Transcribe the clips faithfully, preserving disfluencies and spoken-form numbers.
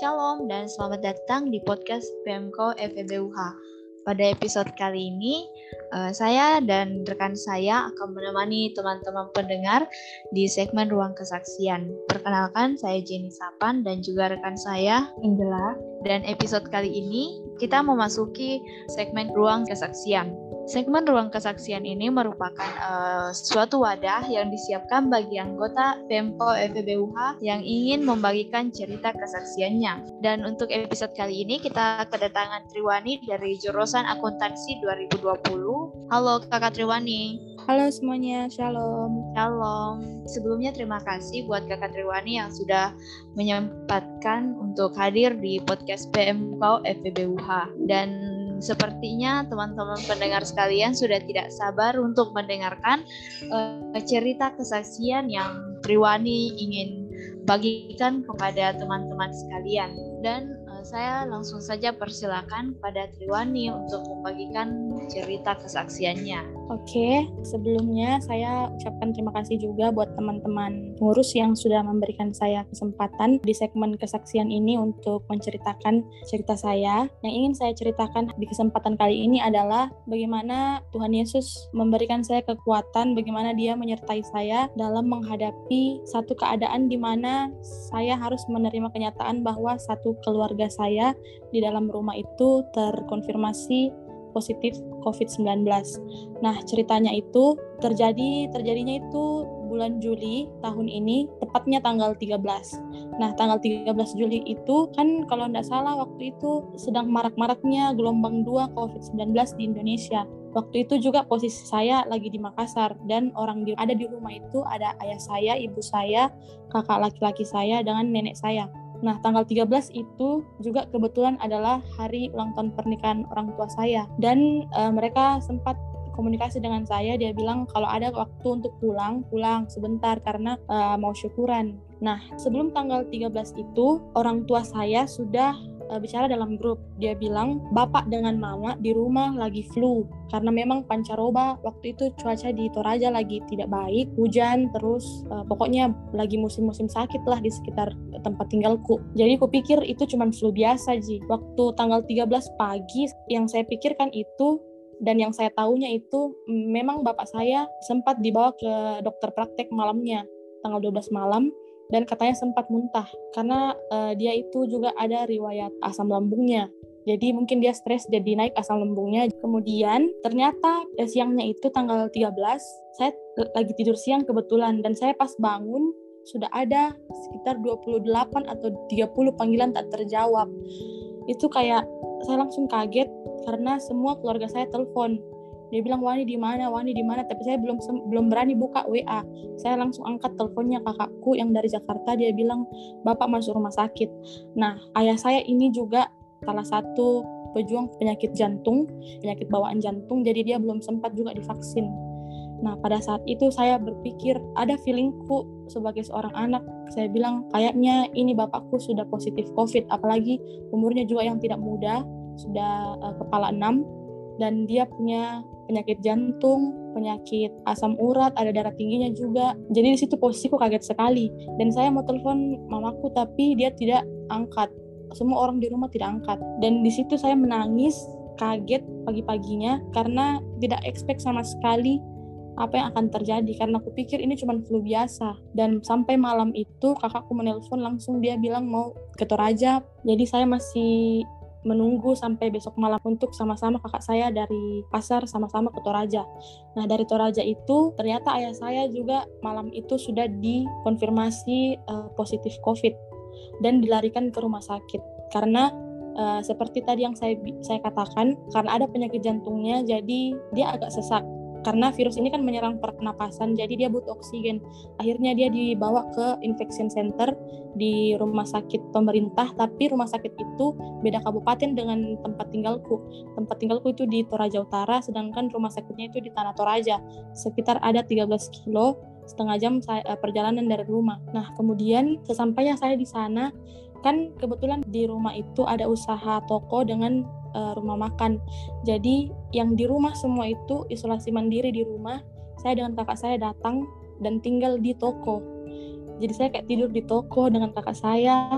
Shalom dan selamat datang di podcast P M K F E B U H. Pada episode kali ini, uh, saya dan rekan saya akan menemani teman-teman pendengar di segmen Ruang Kesaksian. Perkenalkan, saya Jenny Sapan dan juga rekan saya, Angela. Dan episode kali ini, kita memasuki segmen Ruang Kesaksian. Segmen Ruang Kesaksian ini merupakan uh, suatu wadah yang disiapkan bagi anggota P M K F E B U H yang ingin membagikan cerita kesaksiannya. Dan untuk episode kali ini kita kedatangan Triwani dari jurusan Akuntansi dua ribu dua puluh. Halo Kakak Triwani. Halo semuanya, shalom. Shalom. Sebelumnya terima kasih buat Kakak Triwani yang sudah menyempatkan untuk hadir di podcast P M K F E B U H. Dan sepertinya teman-teman pendengar sekalian sudah tidak sabar untuk mendengarkan uh, cerita kesaksian yang Triwani ingin bagikan kepada teman-teman sekalian. Dan uh, saya langsung saja persilakan pada Triwani untuk membagikan cerita kesaksiannya. Oke, sebelumnya saya ucapkan terima kasih juga buat teman-teman pengurus yang sudah memberikan saya kesempatan di segmen kesaksian ini untuk menceritakan cerita saya. Yang ingin saya ceritakan di kesempatan kali ini adalah bagaimana Tuhan Yesus memberikan saya kekuatan, bagaimana Dia menyertai saya dalam menghadapi satu keadaan di mana saya harus menerima kenyataan bahwa satu keluarga saya di dalam rumah itu terkonfirmasi positif covid sembilan belas. Nah, ceritanya itu terjadi terjadinya itu bulan Juli tahun ini, tepatnya tanggal tiga belas. Nah, tanggal tiga belas Juli itu kan kalau tidak salah waktu itu sedang marak-maraknya gelombang dua covid sembilan belas di Indonesia. Waktu itu juga posisi saya lagi di Makassar dan orang di, ada di rumah itu ada ayah saya, ibu saya, kakak laki-laki saya, dengan nenek saya. Nah, tanggal tiga belas itu juga kebetulan adalah hari ulang tahun pernikahan orang tua saya. Dan uh, mereka sempat komunikasi dengan saya, dia bilang kalau ada waktu untuk pulang, pulang sebentar karena uh, mau syukuran. Nah, sebelum tanggal tiga belas itu, orang tua saya sudah uh, bicara dalam grup. Dia bilang, bapak dengan mama di rumah lagi flu. Karena memang pancaroba waktu itu cuaca di Toraja lagi tidak baik, hujan, terus uh, pokoknya lagi musim-musim sakit lah di sekitar tempat tinggalku. Jadi aku pikir itu cuma flu biasa, Ji. Waktu tanggal tiga belas pagi, yang saya pikirkan itu dan yang saya tahunya itu memang bapak saya sempat dibawa ke dokter praktek malamnya, tanggal dua belas malam, dan katanya sempat muntah karena uh, dia itu juga ada riwayat asam lambungnya. Jadi mungkin dia stres jadi naik asam lambungnya. Kemudian ternyata eh, siangnya itu tanggal tiga belas, saya lagi tidur siang kebetulan, dan saya pas bangun sudah ada sekitar dua puluh delapan atau tiga puluh panggilan tak terjawab. Itu kayak saya langsung kaget karena semua keluarga saya telepon. Dia bilang, Wani di mana, Wani di mana, tapi saya belum belum berani buka W A. Saya langsung angkat teleponnya kakakku yang dari Jakarta, dia bilang, Bapak masuk rumah sakit. Nah, ayah saya ini juga salah satu pejuang penyakit jantung, penyakit bawaan jantung, jadi dia belum sempat juga divaksin. Nah, pada saat itu saya berpikir, ada feelingku sebagai seorang anak. Saya bilang, kayaknya ini bapakku sudah positif COVID, apalagi umurnya juga yang tidak muda, sudah uh, kepala enam, dan dia punya penyakit jantung, penyakit asam urat, ada darah tingginya juga. Jadi di situ posisiku kaget sekali. Dan saya mau telepon mamaku, tapi dia tidak angkat. Semua orang di rumah tidak angkat. Dan di situ saya menangis, kaget pagi-paginya, karena tidak expect sama sekali apa yang akan terjadi, karena aku pikir ini cuma flu biasa. Dan sampai malam itu kakakku menelpon langsung, dia bilang mau ke Toraja. Jadi saya masih menunggu sampai besok malam untuk sama-sama kakak saya dari pasar sama-sama ke Toraja. Nah, dari Toraja itu ternyata ayah saya juga malam itu sudah dikonfirmasi uh, positif COVID dan dilarikan ke rumah sakit karena uh, seperti tadi yang saya saya katakan, karena ada penyakit jantungnya, jadi dia agak sesak. Karena virus ini kan menyerang pernapasan, jadi dia butuh oksigen. Akhirnya dia dibawa ke infection center di rumah sakit pemerintah, tapi rumah sakit itu beda kabupaten dengan tempat tinggalku. Tempat tinggalku itu di Toraja Utara, sedangkan rumah sakitnya itu di Tanah Toraja. Sekitar ada tiga belas kilo, setengah jam saya, perjalanan dari rumah. Nah, kemudian sesampainya saya di sana, kan kebetulan di rumah itu ada usaha toko dengan uh, rumah makan. Jadi yang di rumah semua itu isolasi mandiri di rumah. Saya dengan kakak saya datang dan tinggal di toko. Jadi saya kayak tidur di toko dengan kakak saya.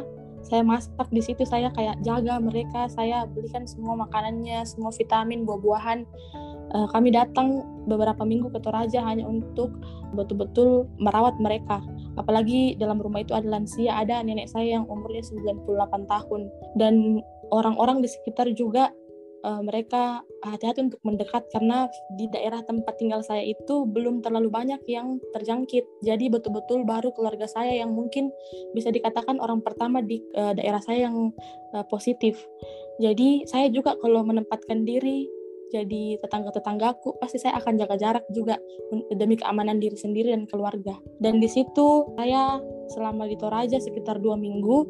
Saya masak di situ, saya kayak jaga mereka, saya belikan semua makanannya, semua vitamin, buah-buahan. Uh, kami datang beberapa minggu ke Toraja hanya untuk betul-betul merawat mereka. Apalagi dalam rumah itu ada lansia, ada nenek saya yang umurnya sembilan puluh delapan tahun. Dan orang-orang di sekitar juga uh, mereka hati-hati untuk mendekat karena di daerah tempat tinggal saya itu belum terlalu banyak yang terjangkit. Jadi betul-betul baru keluarga saya yang mungkin bisa dikatakan orang pertama di uh, daerah saya yang uh, positif. Jadi saya juga kalau menempatkan diri jadi tetangga-tetanggaku, pasti saya akan jaga jarak juga demi keamanan diri sendiri dan keluarga. Dan di situ saya selama di Toraja sekitar dua minggu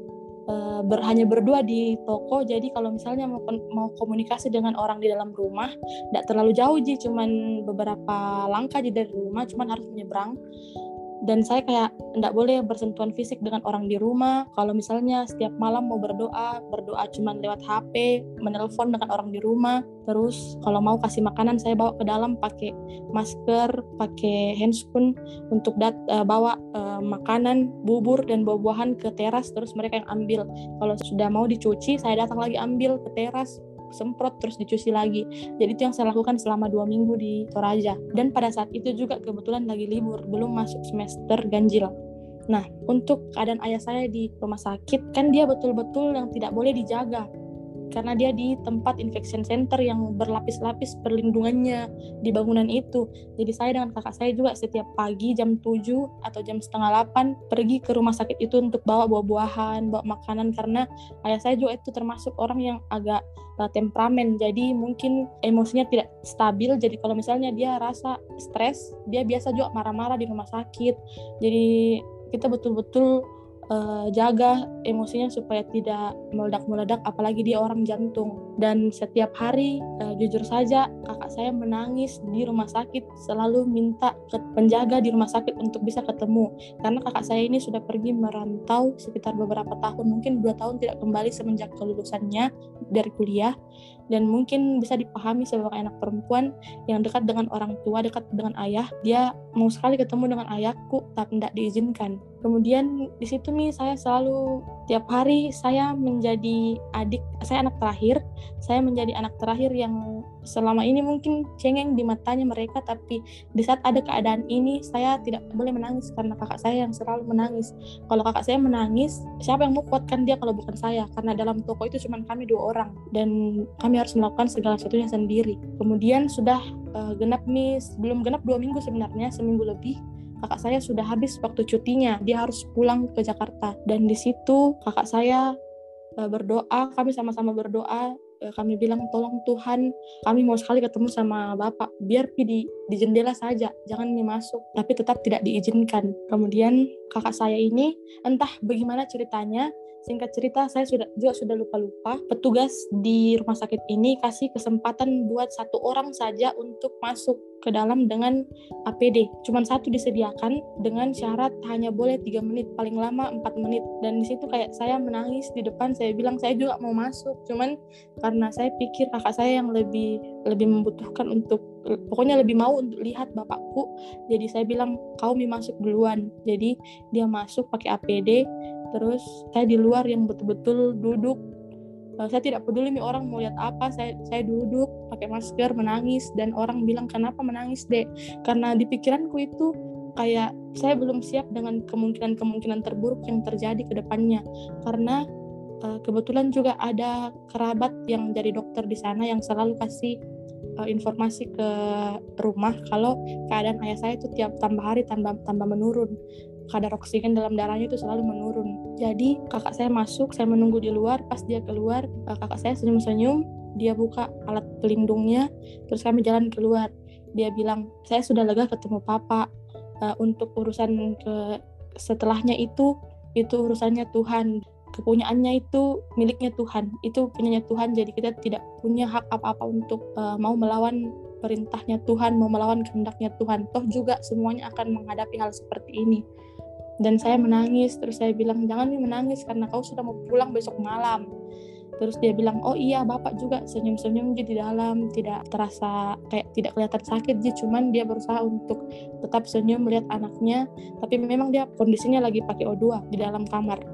uh, ber, hanya berdua di toko. Jadi kalau misalnya mau, mau komunikasi dengan orang di dalam rumah, tidak terlalu jauh ji, cuman beberapa langkah di dari rumah, cuman harus menyeberang. Dan saya kayak tidak boleh bersentuhan fisik dengan orang di rumah. Kalau misalnya setiap malam mau berdoa, berdoa cuma lewat H P, menelpon dengan orang di rumah. Terus kalau mau kasih makanan, saya bawa ke dalam pakai masker, pakai handscoon untuk dat, uh, bawa uh, makanan, bubur dan buah-buahan ke teras. Terus mereka yang ambil. Kalau sudah mau dicuci, saya datang lagi ambil ke teras, semprot terus dicuci lagi. Jadi itu yang saya lakukan selama dua minggu di Toraja. Dan pada saat itu juga kebetulan lagi libur, belum masuk semester ganjil. Nah, untuk keadaan ayah saya di rumah sakit, kan dia betul-betul yang tidak boleh dijaga karena dia di tempat infection center yang berlapis-lapis perlindungannya di bangunan itu. Jadi saya dengan kakak saya juga setiap pagi jam tujuh atau jam setengah delapan pergi ke rumah sakit itu untuk bawa buah-buahan, bawa makanan, karena ayah saya juga itu termasuk orang yang agak uh, temperamen, jadi mungkin emosinya tidak stabil. Jadi kalau misalnya dia rasa stres, dia biasa juga marah-marah di rumah sakit. Jadi kita betul-betul Uh, jaga emosinya supaya tidak meledak-meledak, apalagi dia orang jantung. Dan setiap hari uh, jujur saja kakak saya menangis di rumah sakit, selalu minta ke penjaga di rumah sakit untuk bisa ketemu, karena kakak saya ini sudah pergi merantau sekitar beberapa tahun, mungkin dua tahun tidak kembali semenjak kelulusannya dari kuliah. Dan mungkin bisa dipahami sebagai anak perempuan yang dekat dengan orang tua, dekat dengan ayah, dia mau sekali ketemu dengan ayahku tapi tidak diizinkan. Kemudian di situ nih saya selalu tiap hari saya menjadi adik, saya anak terakhir, saya menjadi anak terakhir yang selama ini mungkin cengeng di matanya mereka, tapi di saat ada keadaan ini saya tidak boleh menangis karena kakak saya yang selalu menangis. Kalau kakak saya menangis, siapa yang mau kuatkan dia kalau bukan saya? Karena dalam toko itu cuma kami dua orang dan kami harus melakukan segala sesuatunya sendiri. Kemudian sudah uh, genap nih, belum genap dua minggu sebenarnya, seminggu lebih, kakak saya sudah habis waktu cutinya, dia harus pulang ke Jakarta. Dan di situ kakak saya uh, berdoa, kami sama-sama berdoa, uh, kami bilang tolong Tuhan, kami mau sekali ketemu sama Bapak, biar di, di jendela saja, jangan nih masuk, tapi tetap tidak diizinkan. Kemudian kakak saya ini entah bagaimana ceritanya, singkat cerita saya sudah juga sudah lupa-lupa, petugas di rumah sakit ini kasih kesempatan buat satu orang saja untuk masuk ke dalam dengan A P D. Cuman satu disediakan dengan syarat hanya boleh tiga menit, paling lama empat menit. Dan di situ kayak saya menangis di depan, saya bilang saya juga mau masuk. Cuman karena saya pikir kakak saya yang lebih lebih membutuhkan untuk, pokoknya lebih mau untuk lihat bapakku, jadi saya bilang kau mi masuk duluan. Jadi dia masuk pakai A P D, terus saya di luar yang betul-betul duduk. Saya tidak peduli nih orang mau lihat apa, saya saya duduk pakai masker menangis. Dan orang bilang kenapa menangis dek, karena di pikiranku itu kayak saya belum siap dengan kemungkinan-kemungkinan terburuk yang terjadi ke depannya. Karena uh, kebetulan juga ada kerabat yang jadi dokter di sana yang selalu kasih uh, informasi ke rumah kalau keadaan ayah saya itu tiap tambah hari tambah tambah menurun, kadar oksigen dalam darahnya itu selalu menurun. Jadi kakak saya masuk, saya menunggu di luar. Pas dia keluar, kakak saya senyum-senyum, dia buka alat pelindungnya, terus kami jalan keluar. Dia bilang, saya sudah lega ketemu papa, uh, untuk urusan ke setelahnya itu itu urusannya Tuhan, kepunyaannya itu miliknya Tuhan, itu punyanya Tuhan. Jadi kita tidak punya hak apa-apa untuk uh, mau melawan perintahnya Tuhan, mau melawan kehendaknya Tuhan. Toh juga semuanya akan menghadapi hal seperti ini. Dan saya menangis, terus saya bilang jangan nih menangis karena kau sudah mau pulang besok malam. Terus dia bilang oh iya bapak juga, senyum-senyum di dalam, tidak terasa kayak tidak kelihatan sakit sih, cuman dia berusaha untuk tetap senyum melihat anaknya. Tapi memang dia kondisinya lagi pakai O dua di dalam kamar.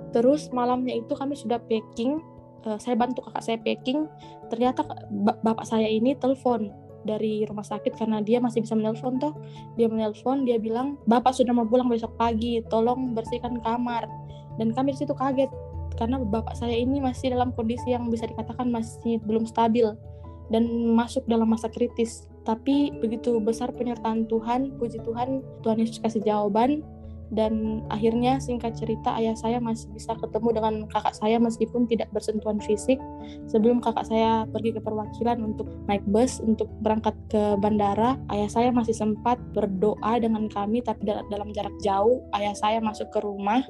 Terus malamnya itu kami sudah packing, uh, saya bantu kakak saya packing. Ternyata b- bapak saya ini telepon dari rumah sakit karena dia masih bisa menelpon toh. Dia menelpon, dia bilang bapak sudah mau pulang besok pagi, tolong bersihkan kamar. Dan kami di situ kaget karena bapak saya ini masih dalam kondisi yang bisa dikatakan masih belum stabil dan masuk dalam masa kritis. Tapi begitu besar penyertaan Tuhan, puji Tuhan, Tuhan Yesus kasih jawaban. Dan akhirnya singkat cerita ayah saya masih bisa ketemu dengan kakak saya meskipun tidak bersentuhan fisik. Sebelum kakak saya pergi ke perwakilan untuk naik bus untuk berangkat ke bandara, ayah saya masih sempat berdoa dengan kami tapi dalam jarak jauh. Ayah saya masuk ke rumah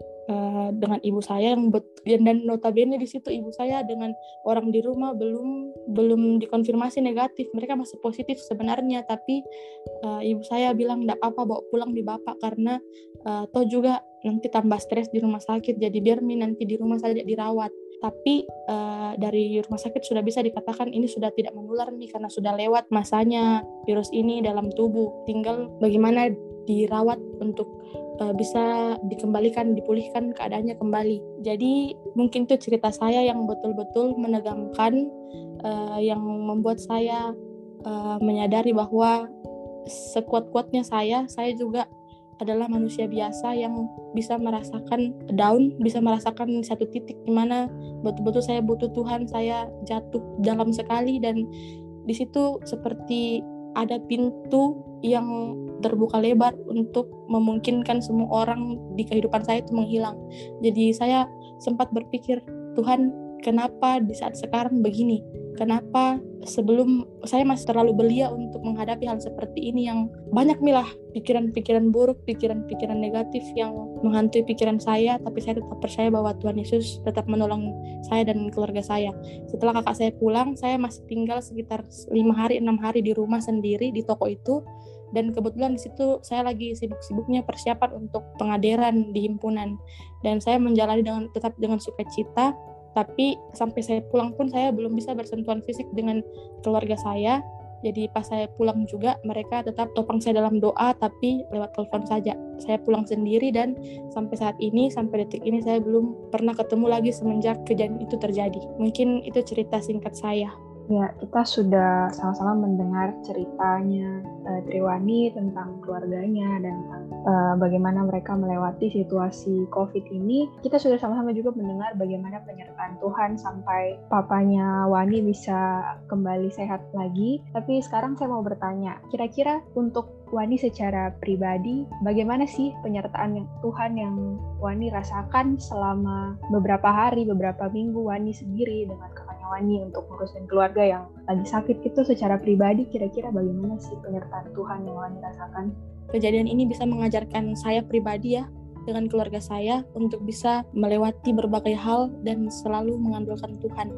uh, dengan ibu saya yang bet- dan notabene di situ ibu saya dengan orang di rumah belum belum dikonfirmasi negatif, mereka masih positif sebenarnya, tapi uh, ibu saya bilang enggak apa-apa bawa pulang di bapak karena uh, toh juga nanti tambah stres di rumah sakit, jadi biar mi nanti di rumah saja dirawat. Tapi uh, dari rumah sakit sudah bisa dikatakan ini sudah tidak menular nih karena sudah lewat masanya virus ini dalam tubuh, tinggal bagaimana dirawat untuk uh, bisa dikembalikan, dipulihkan keadaannya kembali. Jadi mungkin itu cerita saya yang betul-betul menegangkan, uh, yang membuat saya uh, menyadari bahwa sekuat-kuatnya saya, saya juga adalah manusia biasa yang bisa merasakan down, bisa merasakan satu titik di mana betul-betul saya butuh Tuhan, saya jatuh dalam sekali, dan di situ seperti ada pintu yang terbuka lebar untuk memungkinkan semua orang di kehidupan saya itu menghilang. Jadi saya sempat berpikir, Tuhan, kenapa di saat sekarang begini? Kenapa sebelum saya masih terlalu belia untuk menghadapi hal seperti ini yang banyak milah pikiran-pikiran buruk, pikiran-pikiran negatif yang menghantui pikiran saya, tapi saya tetap percaya bahwa Tuhan Yesus tetap menolong saya dan keluarga saya. Setelah kakak saya pulang, saya masih tinggal sekitar lima hari, enam hari di rumah sendiri di toko itu, dan kebetulan di situ saya lagi sibuk-sibuknya persiapan untuk pengaderan di himpunan, dan saya menjalani dengan tetap dengan sukacita. Tapi sampai saya pulang pun saya belum bisa bersentuhan fisik dengan keluarga saya. Jadi pas saya pulang juga mereka tetap topang saya dalam doa, tapi lewat telepon saja. Saya pulang sendiri dan sampai saat ini, sampai detik ini saya belum pernah ketemu lagi semenjak kejadian itu terjadi. Mungkin itu cerita singkat saya. Ya, kita sudah sama-sama mendengar ceritanya uh, Triwani tentang keluarganya dan tentang uh, bagaimana mereka melewati situasi COVID ini. Kita sudah sama-sama juga mendengar bagaimana penyertaan Tuhan sampai papanya Wani bisa kembali sehat lagi. Tapi sekarang saya mau bertanya, kira-kira untuk Wani secara pribadi, bagaimana sih penyertaan yang Tuhan yang Wani rasakan selama beberapa hari, beberapa minggu Wani sendiri dengan kakaknya Wani untuk ngurusin keluarga yang lagi sakit itu secara pribadi, kira-kira bagaimana sih penyertaan Tuhan yang Wani rasakan? Kejadian ini bisa mengajarkan saya pribadi ya, dengan keluarga saya untuk bisa melewati berbagai hal dan selalu mengandalkan Tuhan.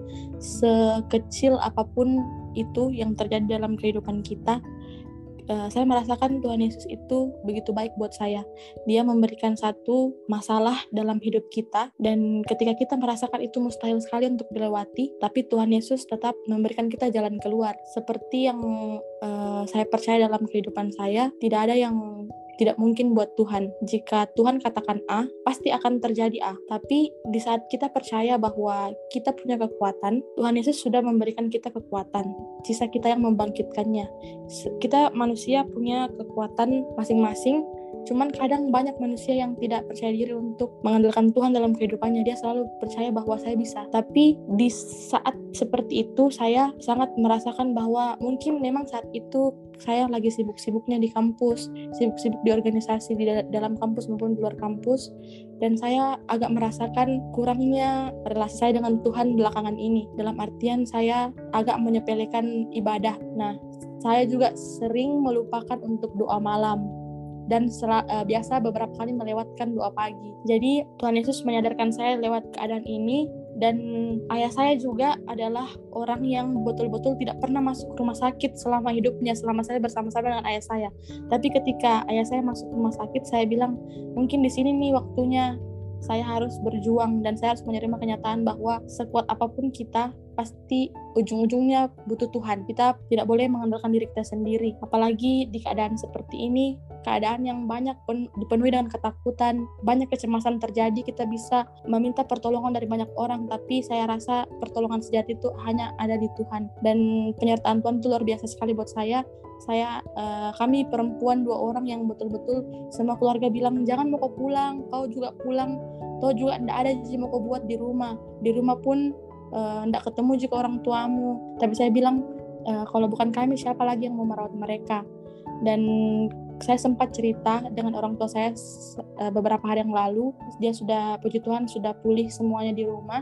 Sekecil apapun itu yang terjadi dalam kehidupan kita, Uh, saya merasakan Tuhan Yesus itu begitu baik buat saya. Dia memberikan satu masalah dalam hidup kita, dan ketika kita merasakan itu mustahil sekali untuk dilewati, tapi Tuhan Yesus tetap memberikan kita jalan keluar. Seperti yang uh, saya percaya dalam kehidupan saya, tidak ada yang tidak mungkin buat Tuhan. Jika Tuhan katakan A, pasti akan terjadi A. Tapi di saat kita percaya bahwa kita punya kekuatan, Tuhan Yesus sudah memberikan kita kekuatan. Sisa kita yang membangkitkannya. Kita manusia punya kekuatan masing-masing, cuman kadang banyak manusia yang tidak percaya diri untuk mengandalkan Tuhan dalam kehidupannya. Dia selalu percaya bahwa saya bisa. Tapi di saat seperti itu, saya sangat merasakan bahwa mungkin memang saat itu saya lagi sibuk-sibuknya di kampus, sibuk-sibuk di organisasi di dalam kampus maupun di luar kampus, dan saya agak merasakan kurangnya relasi saya dengan Tuhan belakangan ini. Dalam artian saya agak menyepelekan ibadah. Nah, saya juga sering melupakan untuk doa malam, dan sel- uh, biasa beberapa kali melewatkan doa pagi. Jadi Tuhan Yesus menyadarkan saya lewat keadaan ini. Dan ayah saya juga adalah orang yang betul-betul tidak pernah masuk rumah sakit selama hidupnya, selama saya bersama-sama dengan ayah saya. Tapi ketika ayah saya masuk rumah sakit, saya bilang, mungkin di sini nih waktunya saya harus berjuang, dan saya harus menerima kenyataan bahwa sekuat apapun kita, pasti ujung-ujungnya butuh Tuhan. Kita tidak boleh mengandalkan diri kita sendiri. Apalagi di keadaan seperti ini, keadaan yang banyak pen, dipenuhi dengan ketakutan, banyak kecemasan terjadi, kita bisa meminta pertolongan dari banyak orang, tapi saya rasa pertolongan sejati itu hanya ada di Tuhan. Dan penyertaan Tuhan itu luar biasa sekali buat saya. Saya, uh, kami perempuan dua orang yang betul-betul semua keluarga bilang, jangan mau kau pulang, kau juga pulang, kau juga tidak ada yang mau kau buat di rumah. Di rumah pun tidak uh, ketemu juga orang tuamu. Tapi saya bilang, uh, kalau bukan kami, siapa lagi yang mau merawat mereka? Dan saya sempat cerita dengan orang tua saya uh, beberapa hari yang lalu. Dia sudah, puji Tuhan, sudah pulih semuanya di rumah.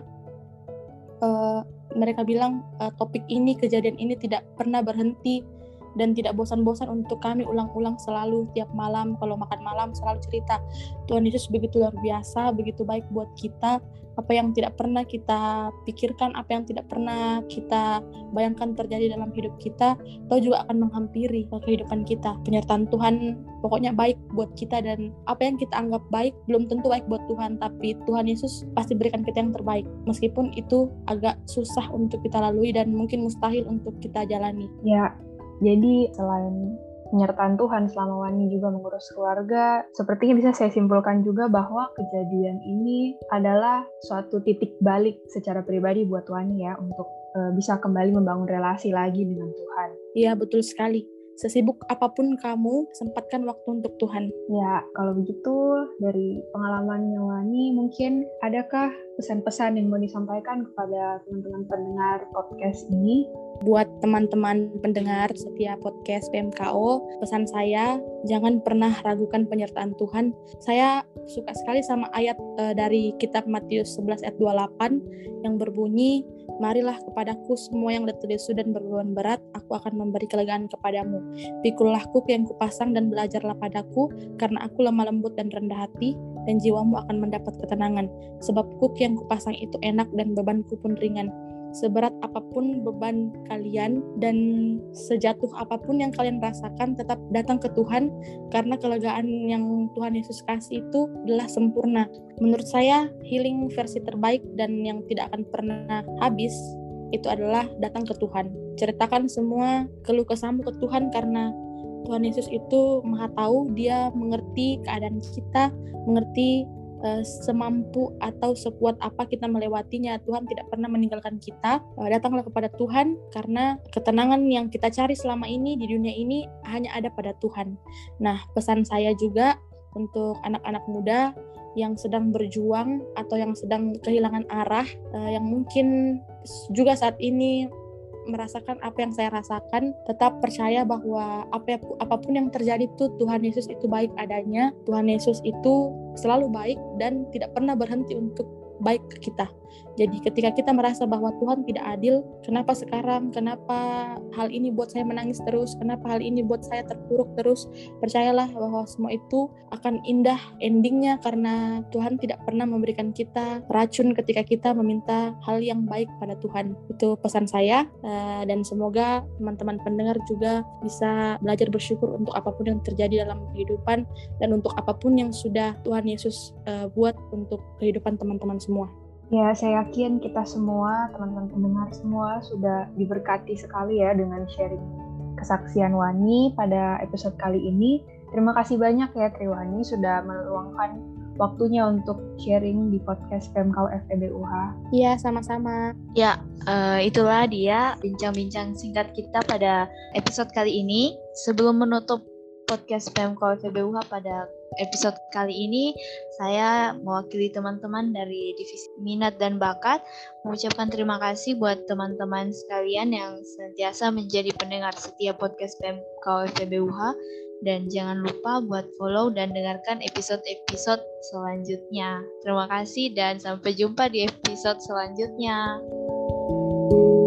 Uh, mereka bilang uh, topik ini, kejadian ini tidak pernah berhenti dan tidak bosan-bosan untuk kami ulang-ulang selalu tiap malam. Kalau makan malam selalu cerita, Tuhan Yesus begitu luar biasa, begitu baik buat kita. Apa yang tidak pernah kita pikirkan, apa yang tidak pernah kita bayangkan terjadi dalam hidup kita, itu juga akan menghampiri kehidupan kita. Penyertaan Tuhan pokoknya baik buat kita, dan apa yang kita anggap baik belum tentu baik buat Tuhan, tapi Tuhan Yesus pasti berikan kita yang terbaik, meskipun itu agak susah untuk kita lalui dan mungkin mustahil untuk kita jalani. Ya, jadi selain penyertaan Tuhan selama Wani juga mengurus keluarga, sepertinya bisa saya simpulkan juga bahwa kejadian ini adalah suatu titik balik secara pribadi buat Wani ya, untuk uh, bisa kembali membangun relasi lagi dengan Tuhan. Iya, betul sekali. Sesibuk apapun kamu, sempatkan waktu untuk Tuhan. Ya, kalau begitu dari pengalamannya Wani, mungkin adakah pesan-pesan yang mau disampaikan kepada teman-teman pendengar podcast ini? Buat teman-teman pendengar setiap podcast P M K O, pesan saya, jangan pernah ragukan penyertaan Tuhan. Saya suka sekali sama ayat uh, dari kitab Matius sebelas ayat dua puluh delapan yang berbunyi, marilah kepadaku semua yang letih lesu dan berbeban berat, aku akan memberi kelegaan kepadamu. Pikullah kuk yang kupasang dan belajarlah padaku, karena aku lemah lembut dan rendah hati, dan jiwamu akan mendapat ketenangan. Sebab kuk yang kupasang itu enak dan bebanku pun ringan. Seberat apapun beban kalian dan sejatuh apapun yang kalian rasakan, tetap datang ke Tuhan, karena kelegaan yang Tuhan Yesus kasih itu adalah sempurna. Menurut saya, healing versi terbaik dan yang tidak akan pernah habis itu adalah datang ke Tuhan. Ceritakan semua keluh kesahmu ke Tuhan, karena Tuhan Yesus itu Maha Tahu. Dia mengerti keadaan kita, mengerti Uh, semampu atau sekuat apa kita melewatinya. Tuhan tidak pernah meninggalkan kita. Uh, datanglah kepada Tuhan, karena ketenangan yang kita cari selama ini di dunia ini hanya ada pada Tuhan. Nah, pesan saya juga untuk anak-anak muda yang sedang berjuang atau yang sedang kehilangan arah, uh, yang mungkin juga saat ini merasakan apa yang saya rasakan, tetap percaya bahwa apa apapun yang terjadi itu Tuhan Yesus itu baik adanya. Tuhan Yesus itu selalu baik dan tidak pernah berhenti untuk baik ke kita. Jadi ketika kita merasa bahwa Tuhan tidak adil, kenapa sekarang, kenapa hal ini buat saya menangis terus, kenapa hal ini buat saya terpuruk terus, percayalah bahwa semua itu akan indah endingnya, karena Tuhan tidak pernah memberikan kita racun ketika kita meminta hal yang baik pada Tuhan. Itu pesan saya, dan semoga teman-teman pendengar juga bisa belajar bersyukur untuk apapun yang terjadi dalam kehidupan dan untuk apapun yang sudah Tuhan Yesus buat untuk kehidupan teman-teman semua. Ya, saya yakin kita semua, teman-teman pendengar semua, sudah diberkati sekali ya dengan sharing kesaksian Wani pada episode kali ini. Terima kasih banyak ya Triwani sudah meluangkan waktunya untuk sharing di podcast P M K O F E B U H. Iya, sama-sama. Ya, uh, itulah dia bincang-bincang singkat kita pada episode kali ini. Sebelum menutup podcast P M K O F E B U H pada episode kali ini, saya mewakili teman-teman dari Divisi Minat dan Bakat mengucapkan terima kasih buat teman-teman sekalian yang senantiasa menjadi pendengar setiap podcast P M K O F E B U H, dan jangan lupa buat follow dan dengarkan episode-episode selanjutnya. Terima kasih dan sampai jumpa di episode selanjutnya.